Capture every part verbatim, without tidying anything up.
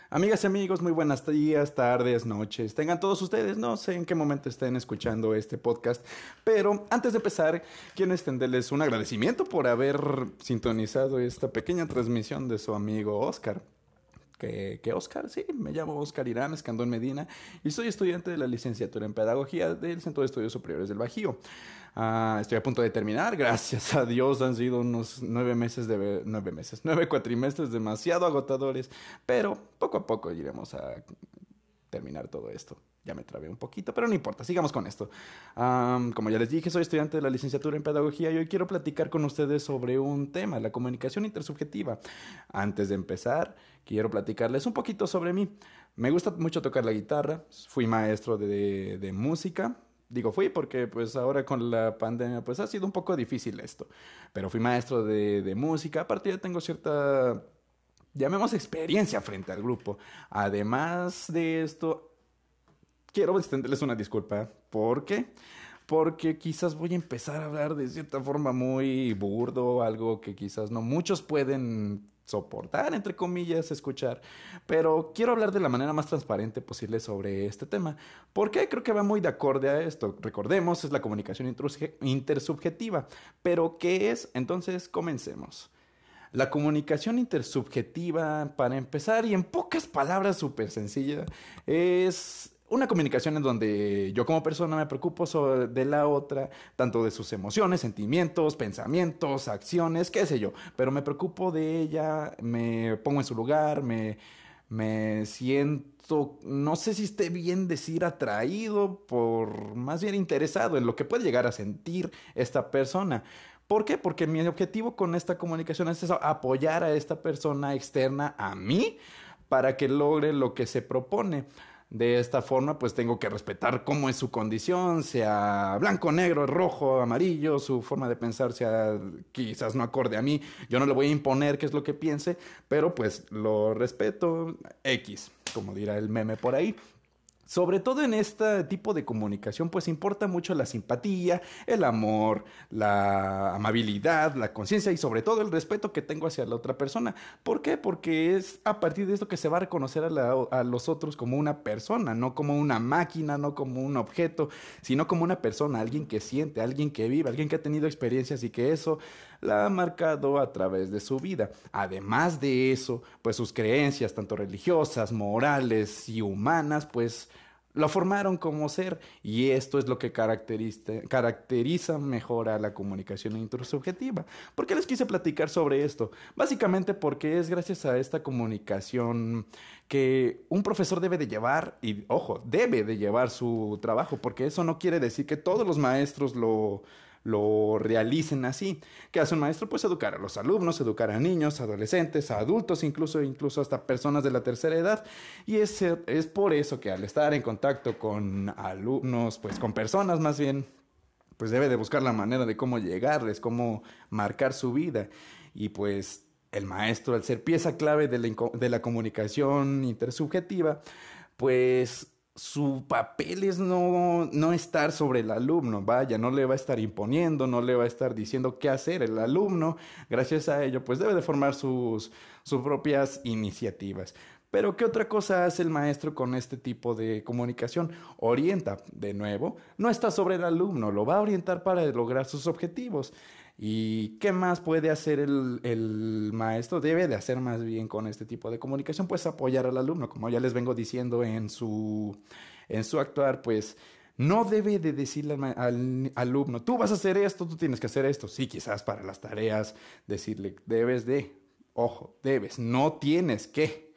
Amigas y amigos, muy buenas días, tardes, noches. Tengan todos ustedes, no sé en qué momento estén escuchando este podcast, pero antes de empezar, quiero extenderles un agradecimiento por haber sintonizado esta pequeña transmisión de su amigo Oscar. Que, que Oscar, sí, me llamo Oscar Irán Escandón Medina y soy estudiante de la licenciatura en Pedagogía del Centro de Estudios Superiores del Bajío. Ah, estoy a punto de terminar, gracias a Dios han sido unos nueve meses de nueve meses, nueve cuatrimestres demasiado agotadores, pero poco a poco iremos a terminar todo esto. Ya me trabé un poquito, pero no importa, sigamos con esto. Am, como ya les dije, soy estudiante de la licenciatura en Pedagogía y hoy quiero platicar con ustedes sobre un tema, la comunicación intersubjetiva. Antes de empezar, quiero platicarles un poquito sobre mí. Me gusta mucho tocar la guitarra, fui maestro de, de música. Digo fui porque pues ahora con la pandemia pues ha sido un poco difícil esto. Pero fui maestro de, de música, aparte ya tengo cierta, llamemos experiencia frente al grupo. Además de esto, quiero extenderles una disculpa. ¿Por qué? Porque quizás voy a empezar a hablar de cierta forma muy burdo, algo que quizás no muchos pueden soportar, entre comillas, escuchar. Pero quiero hablar de la manera más transparente posible sobre este tema. Porque creo que va muy de acorde a esto. Recordemos, es la comunicación intrusge- intersubjetiva. ¿Pero qué es? Entonces, comencemos. La comunicación intersubjetiva, para empezar, y en pocas palabras súper sencilla, es una comunicación en donde yo como persona me preocupo sobre de la otra, tanto de sus emociones, sentimientos, pensamientos, acciones, qué sé yo, pero me preocupo de ella, me pongo en su lugar, me, me siento, no sé si esté bien decir atraído, por más bien interesado en lo que puede llegar a sentir esta persona. ¿Por qué? Porque mi objetivo con esta comunicación es eso, apoyar a esta persona externa a mí para que logre lo que se propone. De esta forma, pues tengo que respetar cómo es su condición, sea blanco, negro, rojo, amarillo, su forma de pensar sea quizás no acorde a mí. Yo no le voy a imponer qué es lo que piense, pero pues lo respeto X, como dirá el meme por ahí. Sobre todo en este tipo de comunicación, pues importa mucho la simpatía, el amor, la amabilidad, la conciencia y sobre todo el respeto que tengo hacia la otra persona. ¿Por qué? Porque es a partir de esto que se va a reconocer a, la- a los otros como una persona, no como una máquina, no como un objeto, sino como una persona, alguien que siente, alguien que vive, alguien que ha tenido experiencias y que eso la ha marcado a través de su vida. Además de eso, pues sus creencias, tanto religiosas, morales y humanas, pues lo formaron como ser y esto es lo que caracteriza, caracteriza mejor a la comunicación intersubjetiva. ¿Por qué les quise platicar sobre esto? Básicamente porque es gracias a esta comunicación que un profesor debe de llevar, y ojo, debe de llevar su trabajo, porque eso no quiere decir que todos los maestros lo lo realicen así. ¿Qué hace un maestro? Pues educar a los alumnos, educar a niños, adolescentes, a adultos, incluso, incluso hasta personas de la tercera edad. Y es, es por eso que al estar en contacto con alumnos, pues con personas más bien, pues debe de buscar la manera de cómo llegarles, cómo marcar su vida. Y pues el maestro, al ser pieza clave de la, de la comunicación intersubjetiva, pues su papel es no, no estar sobre el alumno, vaya, no le va a estar imponiendo, no le va a estar diciendo qué hacer. El alumno, gracias a ello, pues debe de formar sus, sus propias iniciativas. Pero ¿qué otra cosa hace el maestro con este tipo de comunicación? Orienta, de nuevo, no está sobre el alumno, lo va a orientar para lograr sus objetivos. ¿Y qué más puede hacer el, el maestro? Debe de hacer más bien con este tipo de comunicación, pues apoyar al alumno, como ya les vengo diciendo en su, en su actuar, pues no debe de decirle al, ma- al alumno, tú vas a hacer esto, tú tienes que hacer esto. Sí, quizás para las tareas, decirle, debes de, ojo, debes, no tienes que.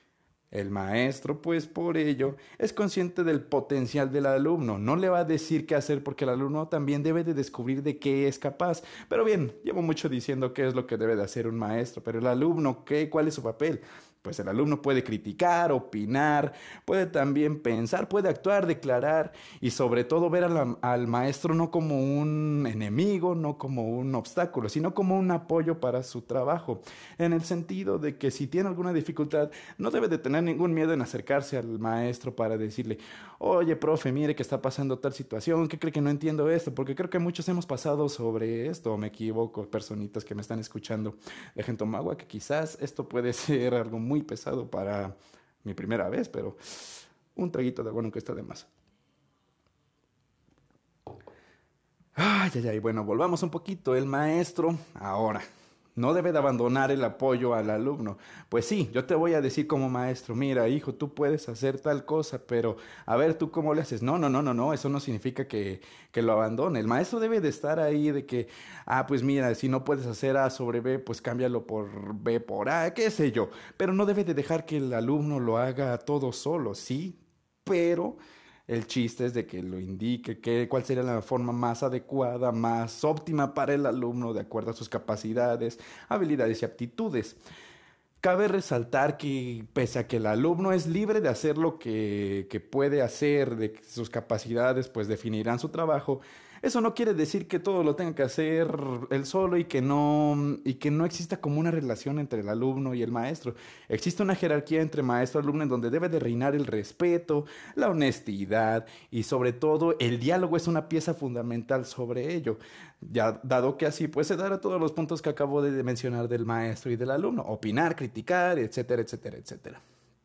El maestro, pues por ello, es consciente del potencial del alumno. No le va a decir qué hacer porque el alumno también debe de descubrir de qué es capaz. Pero bien, llevo mucho diciendo qué es lo que debe de hacer un maestro, pero el alumno, ¿qué? ¿Cuál es su papel? Pues el alumno puede criticar, opinar, puede también pensar, puede actuar, declarar y sobre todo ver a la- al maestro no como un enemigo, no como un obstáculo, sino como un apoyo para su trabajo. En el sentido de que si tiene alguna dificultad, no debe de tener ningún miedo en acercarse al maestro para decirle, oye, profe, mire que está pasando tal situación, ¿qué cree que no entiendo esto? Porque creo que muchos hemos pasado sobre esto, o me equivoco, personitas que me están escuchando. Dejen tomar agua, que quizás esto puede ser algo muy pesado para mi primera vez, pero un traguito de agua nunca está de más. Ay, ay, ay, bueno, volvamos un poquito. El maestro, ahora, no debe de abandonar el apoyo al alumno. Pues sí, yo te voy a decir como maestro, mira, hijo, tú puedes hacer tal cosa, pero a ver, ¿tú cómo le haces? No, no, no, no, no, eso no significa que, que lo abandone. El maestro debe de estar ahí de que, ah, pues mira, si no puedes hacer A sobre B, pues cámbialo por B por A, qué sé yo. Pero no debe de dejar que el alumno lo haga todo solo, ¿sí? Pero el chiste es de que lo indique, que, cuál sería la forma más adecuada, más óptima para el alumno de acuerdo a sus capacidades, habilidades y aptitudes. Cabe resaltar que pese a que el alumno es libre de hacer lo que, que puede hacer, de que sus capacidades pues definirán su trabajo, eso no quiere decir que todo lo tenga que hacer él solo y que no, y que no exista como una relación entre el alumno y el maestro. Existe una jerarquía entre maestro y alumno en donde debe de reinar el respeto, la honestidad y sobre todo el diálogo es una pieza fundamental sobre ello. Ya dado que así pues se dará todos los puntos que acabo de mencionar del maestro y del alumno, opinar, criticar, etcétera, etcétera, etcétera.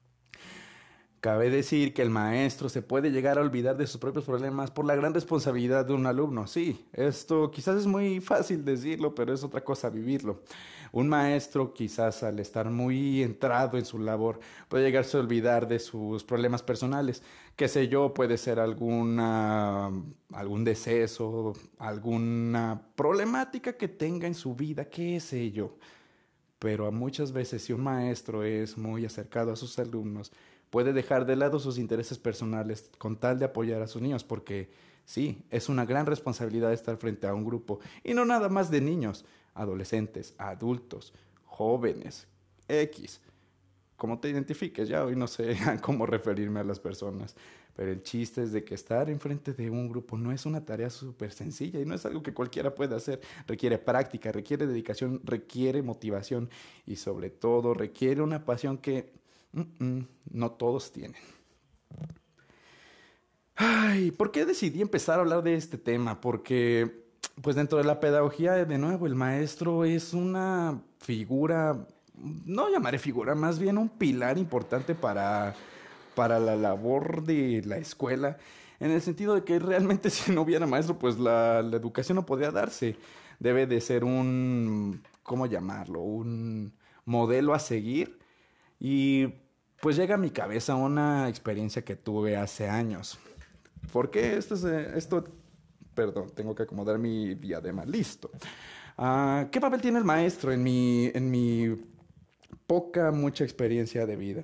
Cabe decir que el maestro se puede llegar a olvidar de sus propios problemas por la gran responsabilidad de un alumno. Sí, esto quizás es muy fácil decirlo, pero es otra cosa vivirlo. Un maestro quizás al estar muy entrado en su labor puede llegarse a olvidar de sus problemas personales. Qué sé yo, puede ser alguna, algún deceso, alguna problemática que tenga en su vida, qué sé yo. Pero a muchas veces si un maestro es muy acercado a sus alumnos, puede dejar de lado sus intereses personales con tal de apoyar a sus niños, porque sí, es una gran responsabilidad estar frente a un grupo, y no nada más de niños, adolescentes, adultos, jóvenes, X, como te identifiques, ya hoy no sé cómo referirme a las personas, pero el chiste es de que estar enfrente de un grupo no es una tarea súper sencilla y no es algo que cualquiera pueda hacer. Requiere práctica, requiere dedicación, requiere motivación y sobre todo requiere una pasión que mm, mm, no todos tienen. Ay, ¿por qué decidí empezar a hablar de este tema? Porque, pues dentro de la pedagogía, de nuevo, el maestro es una figura, no llamaré figura, más bien un pilar importante para, para la labor de la escuela, en el sentido de que realmente si no hubiera maestro, pues la, la educación no podría darse. Debe de ser un, ¿cómo llamarlo? Un modelo a seguir. Y pues llega a mi cabeza una experiencia que tuve hace años. ¿Por qué esto es, eh, esto? Perdón, tengo que acomodar mi diadema. Listo. Ah, ¿qué papel tiene el maestro en mi, en mi poca, mucha experiencia de vida?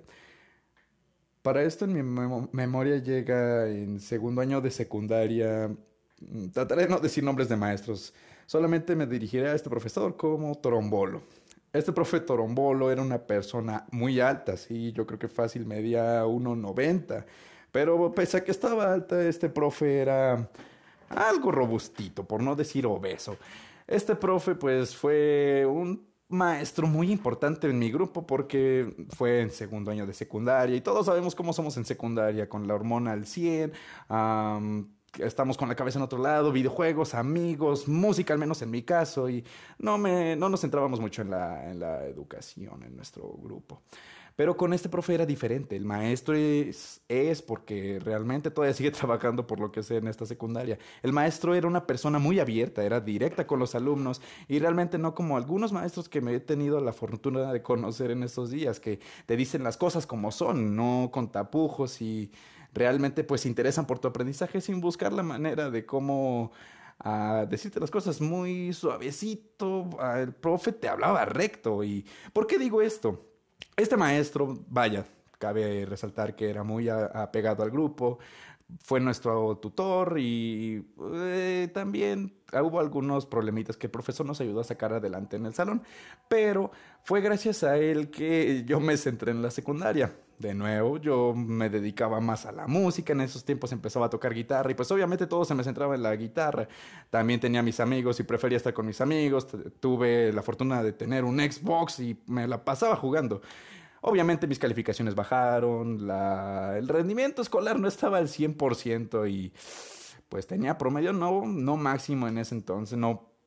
Para esto en mi memo- memoria llega en segundo año de secundaria. mm, Trataré de no decir nombres de maestros. Solamente me dirigiré a este profesor como Torombolo. Este profe Torombolo era una persona muy alta, sí, yo creo que fácil medía uno noventa. Pero pese a que estaba alta, este profe era algo robustito, por no decir obeso. Este profe pues fue un maestro muy importante en mi grupo porque fue en segundo año de secundaria y todos sabemos cómo somos en secundaria, con la hormona al cien, am, estamos con la cabeza en otro lado, videojuegos, amigos, música, al menos en mi caso, y no, me, no nos centrábamos mucho en la, en la educación en nuestro grupo. Pero con este profe era diferente. El maestro es, es, porque realmente todavía sigue trabajando por lo que sé en esta secundaria. El maestro era una persona muy abierta, era directa con los alumnos y realmente no como algunos maestros que me he tenido la fortuna de conocer en estos días, que te dicen las cosas como son, no con tapujos y realmente pues se interesan por tu aprendizaje sin buscar la manera de cómo a decirte las cosas muy suavecito. Ah, El profe te hablaba recto. ¿Y por qué digo esto? Este maestro, vaya, cabe resaltar que era muy a- apegado al grupo, fue nuestro tutor y eh, también hubo algunos problemitas que el profesor nos ayudó a sacar adelante en el salón, pero fue gracias a él que yo me centré en la secundaria. De nuevo, yo me dedicaba más a la música, en esos tiempos empezaba a tocar guitarra y pues obviamente todo se me centraba en la guitarra. También tenía mis amigos y prefería estar con mis amigos. T- Tuve la fortuna de tener un Xbox y me la pasaba jugando. Obviamente mis calificaciones bajaron, la- el rendimiento escolar no estaba al cien por ciento y pues tenía promedio no, no máximo en ese entonces, no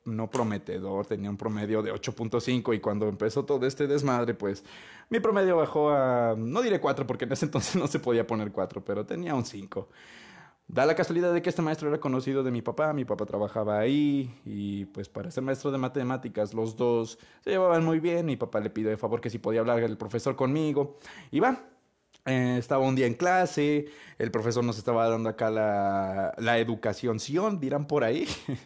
no prometedor, tenía un promedio de ocho punto cinco y cuando empezó todo este desmadre, pues mi promedio bajó a, no diré cuatro porque en ese entonces no se podía poner cuatro, pero tenía un cinco. Da la casualidad de que este maestro era conocido de mi papá, mi papá trabajaba ahí y pues para ser maestro de matemáticas los dos se llevaban muy bien, mi papá le pidió de favor que si podía hablar el profesor conmigo y va. Eh, estaba un día en clase, el profesor nos estaba dando acá la, la educación, dirán por ahí.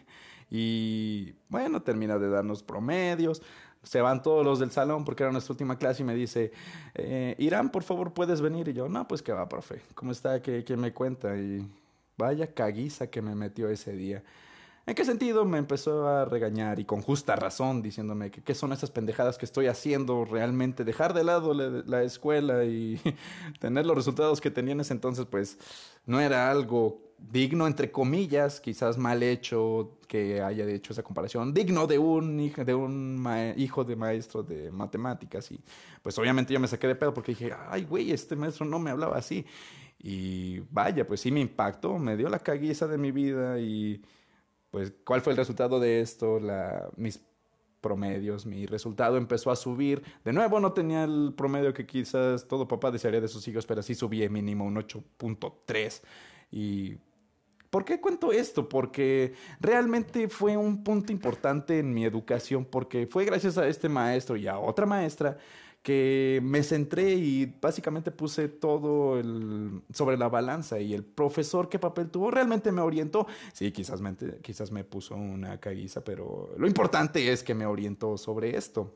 Y bueno, termina de darnos promedios. Se van todos los del salón porque era nuestra última clase y me dice, eh, Irán, por favor, ¿puedes venir? Y yo, no, pues qué va, profe. ¿Cómo está? ¿Qué, qué me cuenta? Y vaya caguiza que me metió ese día. ¿En qué sentido? Me empezó a regañar y con justa razón, diciéndome que qué son esas pendejadas que estoy haciendo realmente, dejar de lado la, la escuela y tener los resultados que tenía en ese entonces, pues no era algo digno, entre comillas, quizás mal hecho que haya hecho esa comparación, digno de un hijo de un ma- hijo de maestro de matemáticas y pues obviamente yo me saqué de pedo porque dije, ay güey, este maestro no me hablaba así y vaya, pues sí me impactó, me dio la caguiza de mi vida y pues, ¿cuál fue el resultado de esto? La, mis promedios, mi resultado empezó a subir. De nuevo, no tenía el promedio que quizás todo papá desearía de sus hijos, pero sí subí mínimo un ocho punto tres. Y ¿por qué cuento esto? Porque realmente fue un punto importante en mi educación, porque fue gracias a este maestro y a otra maestra que me centré y básicamente puse todo el, sobre la balanza y el profesor qué papel tuvo realmente me orientó. Sí, quizás me, quizás me puso una caguiza, pero lo importante es que me orientó sobre esto.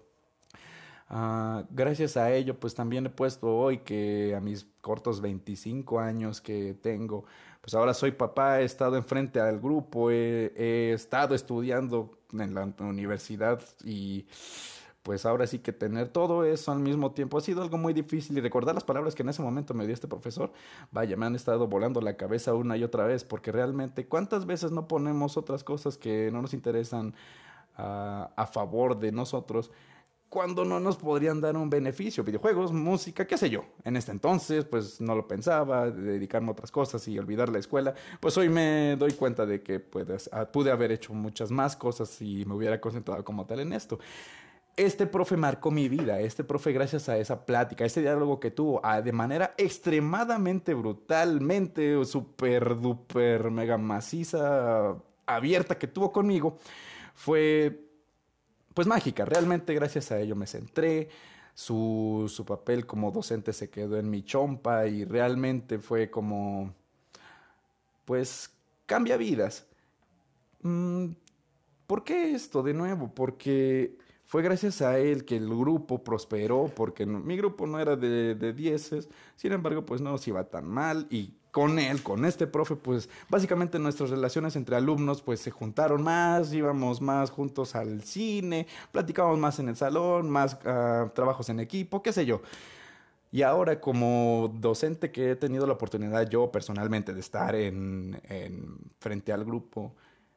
Uh, gracias a ello, pues también he puesto hoy que a mis cortos veinticinco años que tengo, pues ahora soy papá, he estado enfrente al grupo, he, he estado estudiando en la universidad y pues ahora sí que tener todo eso al mismo tiempo ha sido algo muy difícil y recordar las palabras que en ese momento me dio este profesor, vaya, me han estado volando la cabeza una y otra vez porque realmente cuántas veces no ponemos otras cosas que no nos interesan uh, a favor de nosotros cuando no nos podrían dar un beneficio, videojuegos, música, qué sé yo. En este entonces, pues no lo pensaba, dedicarme a otras cosas y olvidar la escuela. Pues hoy me doy cuenta de que puedes, pude haber hecho muchas más cosas si me hubiera concentrado como tal en esto. Este profe marcó mi vida, este profe gracias a esa plática, a ese diálogo que tuvo a, de manera extremadamente brutalmente, super duper mega maciza, abierta que tuvo conmigo, fue pues mágica. Realmente gracias a ello me centré, su, su papel como docente se quedó en mi chompa y realmente fue como, pues cambia vidas. Mm, ¿Por qué esto de nuevo? Porque fue gracias a él que el grupo prosperó, porque no- mi grupo no era de, de dieces, sin embargo, pues no nos iba tan mal y con él, con este profe, pues básicamente nuestras relaciones entre alumnos pues se juntaron más, íbamos más juntos al cine, platicábamos más en el salón, más ah, trabajos en equipo, qué sé yo. Y ahora como docente que he tenido la oportunidad yo personalmente de estar en, en frente al grupo,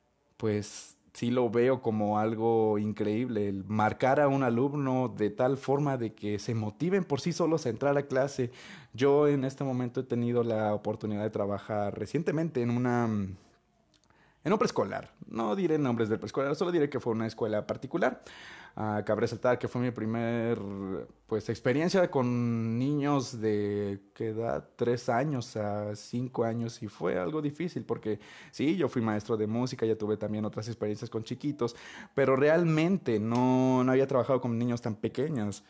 pues sí lo veo como algo increíble, el marcar a un alumno de tal forma de que se motiven por sí solos a entrar a clase. Yo en este momento he tenido la oportunidad de trabajar recientemente en una en un preescolar. No diré nombres del preescolar, solo diré que fue una escuela particular. Uh, cabe resaltar que fue mi primer pues experiencia con niños de ¿qué edad? Tres años a cinco años y fue algo difícil porque sí, yo fui maestro de música, ya tuve también otras experiencias con chiquitos, pero realmente no, no había trabajado con niños tan pequeños.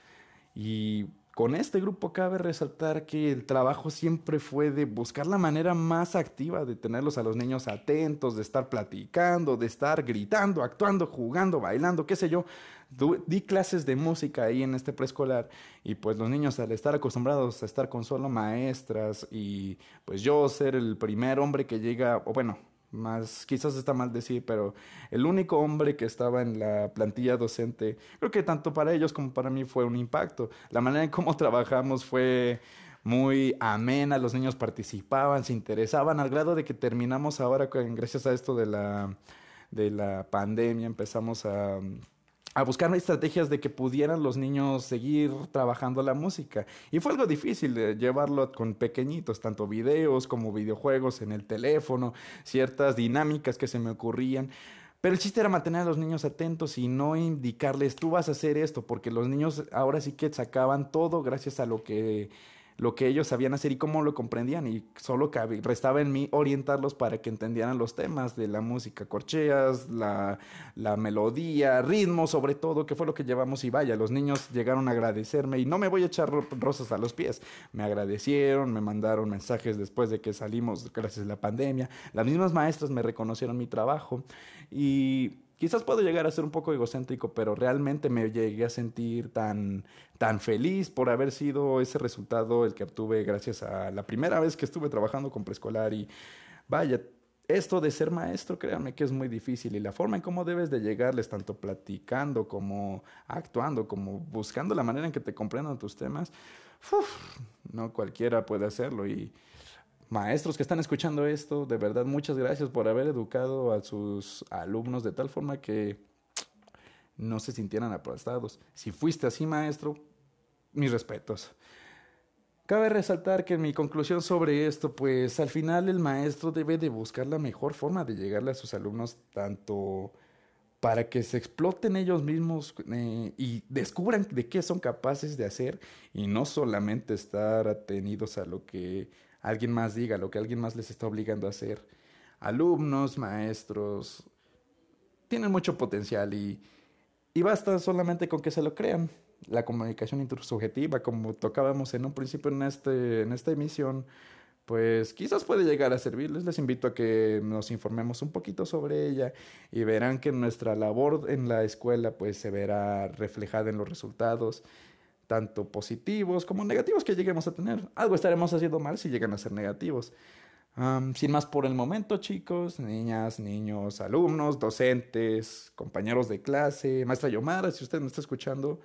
Y con este grupo cabe resaltar que el trabajo siempre fue de buscar la manera más activa de tenerlos a los niños atentos, de estar platicando, de estar gritando, actuando, jugando, bailando, qué sé yo. Du- di clases de música ahí en este preescolar y pues los niños al estar acostumbrados a estar con solo maestras y pues yo ser el primer hombre que llega, o bueno, más quizás está mal decir, pero el único hombre que estaba en la plantilla docente, creo que tanto para ellos como para mí fue un impacto. La manera en cómo trabajamos fue muy amena, los niños participaban, se interesaban, al grado de que terminamos ahora, con- gracias a esto de la, de la pandemia, empezamos a a buscar estrategias de que pudieran los niños seguir trabajando la música. Y fue algo difícil de llevarlo con pequeñitos, tanto videos como videojuegos en el teléfono, ciertas dinámicas que se me ocurrían. Pero el chiste era mantener a los niños atentos y no indicarles, tú vas a hacer esto, porque los niños ahora sí que sacaban todo gracias a lo que, lo que ellos sabían hacer y cómo lo comprendían. Y solo cabe- restaba en mí orientarlos para que entendieran los temas de la música, corcheas, la, la melodía, ritmo sobre todo, que fue lo que llevamos. Y vaya, los niños llegaron a agradecerme y no me voy a echar ro- rosas a los pies. Me agradecieron, me mandaron mensajes después de que salimos gracias a la pandemia. Las mismas maestras me reconocieron mi trabajo. Y quizás puedo llegar a ser un poco egocéntrico, pero realmente me llegué a sentir tan, tan feliz por haber sido ese resultado el que obtuve gracias a la primera vez que estuve trabajando con preescolar. Y vaya, esto de ser maestro, créanme que es muy difícil. Y la forma en cómo debes de llegarles, tanto platicando como actuando, como buscando la manera en que te comprendan tus temas, uf, no cualquiera puede hacerlo. Y maestros que están escuchando esto, de verdad muchas gracias por haber educado a sus alumnos de tal forma que no se sintieran aplastados. Si fuiste así, maestro, mis respetos. Cabe resaltar que en mi conclusión sobre esto, pues al final el maestro debe de buscar la mejor forma de llegarle a sus alumnos, tanto para que se exploten ellos mismos eh, y descubran de qué son capaces de hacer y no solamente estar atenidos a lo que alguien más diga, lo que alguien más les está obligando a hacer. Alumnos, maestros, tienen mucho potencial y, y basta solamente con que se lo crean. La comunicación intersubjetiva, como tocábamos en un principio en, este, en esta emisión, pues quizás puede llegar a servirles. Les invito a que nos informemos un poquito sobre ella y verán que nuestra labor en la escuela pues se verá reflejada en los resultados, tanto positivos como negativos que lleguemos a tener. Algo estaremos haciendo mal si llegan a ser negativos. Am, sin más por el momento, chicos, niñas, niños, alumnos, docentes, compañeros de clase, maestra Yomara, si usted me está escuchando,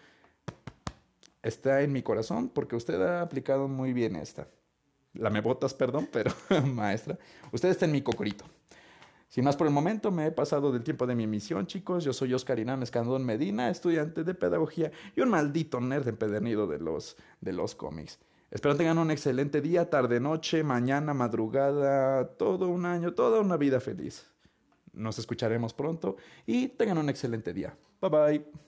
está en mi corazón porque usted ha aplicado muy bien esta. La me botas, perdón, pero maestra, usted está en mi cocorito. Sin más por el momento, me he pasado del tiempo de mi emisión, chicos. Yo soy Oscar Irán Escandón Medina, estudiante de pedagogía y un maldito nerd empedernido de los, de los cómics. Espero tengan un excelente día, tarde, noche, mañana, madrugada, todo un año, toda una vida feliz. Nos escucharemos pronto y tengan un excelente día. Bye bye.